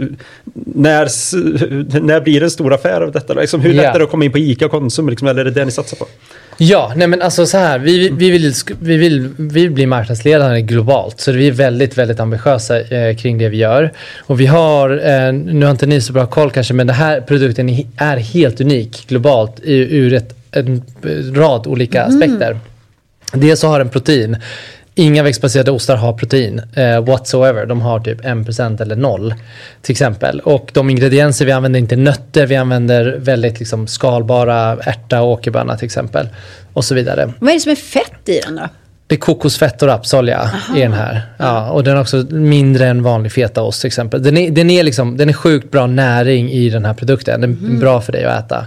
när blir det en stor affär av detta? Liksom, hur lätt är det att komma in på ICA och Konsum? Liksom, eller är det ni satsar på? Ja, nej men alltså så här, vi vill bli marknadsledare globalt, så vi är väldigt, väldigt ambitiösa kring det vi gör. Och vi har, nu har inte ni så bra koll kanske, men den här produkten är helt unik globalt ur en rad olika aspekter. Dels så har den protein. Inga växtbaserade ostar har protein whatsoever. De har typ 1% eller 0 till exempel. Och de ingredienser vi använder inte nötter. Vi använder väldigt liksom skalbara ärta och åkerbönor till exempel. Och så vidare. Vad är det som är fett i den då? Det är kokosfett och rapsolja i den här. Ja, och den är också mindre än vanlig fetaost till exempel. Den är sjukt bra näring i den här produkten. Den är bra för dig att äta.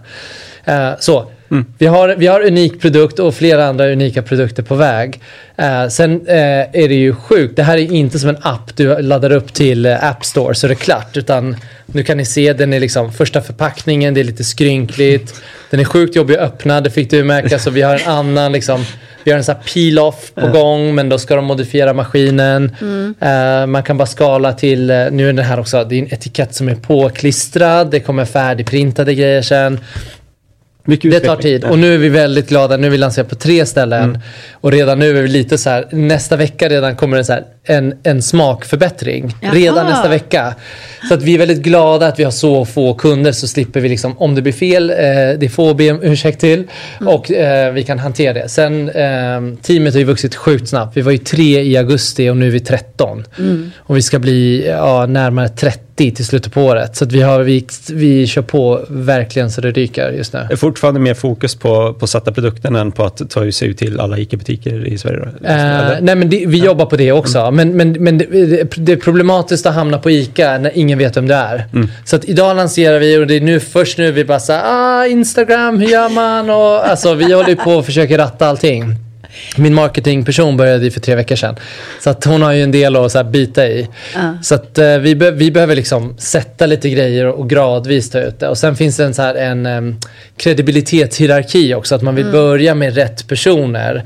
Vi har unik produkt och flera andra unika produkter på väg. Sen är det ju sjukt. Det här är inte som en app du laddar upp till App Store så det är klart. Utan nu kan ni se, den är liksom första förpackningen, det är lite skrynkligt. Den är sjukt jobbig att öppna, det fick du märka. Så vi har en annan liksom... Vi har en sån här peel-off på gång, men då ska de modifiera maskinen. Man kan bara skala till... Nu är det här också, det är en etikett som är påklistrad. Det kommer färdigprintade grejer sen. Det tar tid. Och nu är vi väldigt glada. Nu är vi lanserat på 3 ställen. Och redan nu är vi lite så här... Nästa vecka redan kommer det så här, en smakförbättring. Jaha. Redan nästa vecka. Så att vi är väldigt glada att vi har så få kunder, så slipper vi liksom, om det blir fel, det får vi be om ursäkt till. Och vi kan hantera det. Sen, teamet har ju vuxit sjukt snabbt. Vi var ju 3 i augusti och nu är vi 13. Och vi ska bli närmare 30 till slutet på året. Så att vi kör på verkligen så det ryker just nu. Det är fortfarande mer fokus på att sätta produkten än på att ta sig ut till alla ICA-butiker i Sverige? Nej, men vi jobbar på det också. Men det är problematiskt att hamna på ICA när ingen vet vem det är. Så att idag lanserar vi, och det är först nu vi bara säger Instagram, hur gör man? Och, alltså, vi håller på och försöker ratta allting. Min marketingperson började för 3 veckor sedan. Så att hon har ju en del att så här bita i. Så att vi behöver liksom sätta lite grejer och gradvis ta ut det. Och sen finns det en kredibilitetshierarki också. Att man vill börja med rätt personer.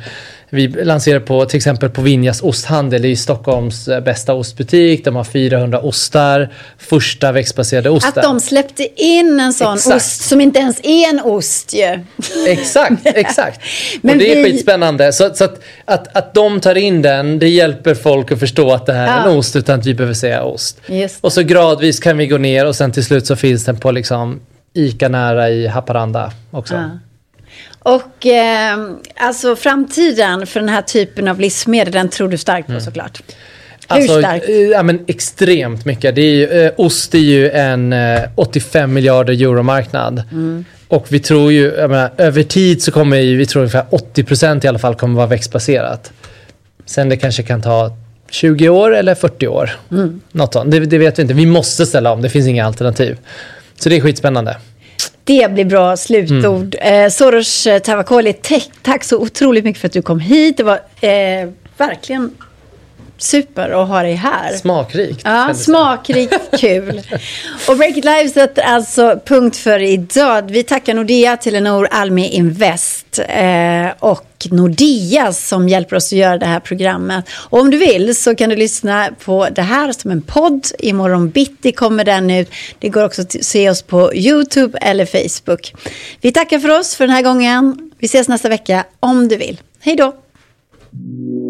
Vi lanserar på till exempel på Vinjas osthandel, det är Stockholms bästa ostbutik. De har 400 ostar, första växtbaserade osten. Att de släppte in en sån ost som inte ens är en ost ju. Exakt. Men och det är skitspännande. Så att de tar in den, det hjälper folk att förstå att det här är en ost utan att vi behöver säga ost. Och så gradvis kan vi gå ner och sen till slut så finns den på liksom Ica nära i Haparanda också. Ja. Och alltså framtiden för den här typen av livsmedel, den tror du starkt på såklart. Hur starkt? Ja, men extremt mycket. Det är ju, ost är ju en 85 miljarder euro-marknad. Och vi tror ju, jag menar, över tid så kommer vi tror ungefär 80% i alla fall kommer vara växtbaserat. Sen det kanske kan ta 20 år eller 40 år. Något sånt. Det vet vi inte. Vi måste ställa om, det finns inga alternativ. Så det är skitspännande. Det blir bra slutord. Soros Tavakoli, tack så otroligt mycket för att du kom hit. Det var verkligen super att ha dig här. Smakrikt. Ja, smakrikt kul. Och Break It Live sätter alltså punkt för idag. Vi tackar Nordea, Telenor, Almi Invest och Nordea som hjälper oss att göra det här programmet. Och om du vill så kan du lyssna på det här som en podd. Imorgon bitti kommer den ut. Det går också att se oss på YouTube eller Facebook. Vi tackar för oss för den här gången. Vi ses nästa vecka om du vill. Hej då!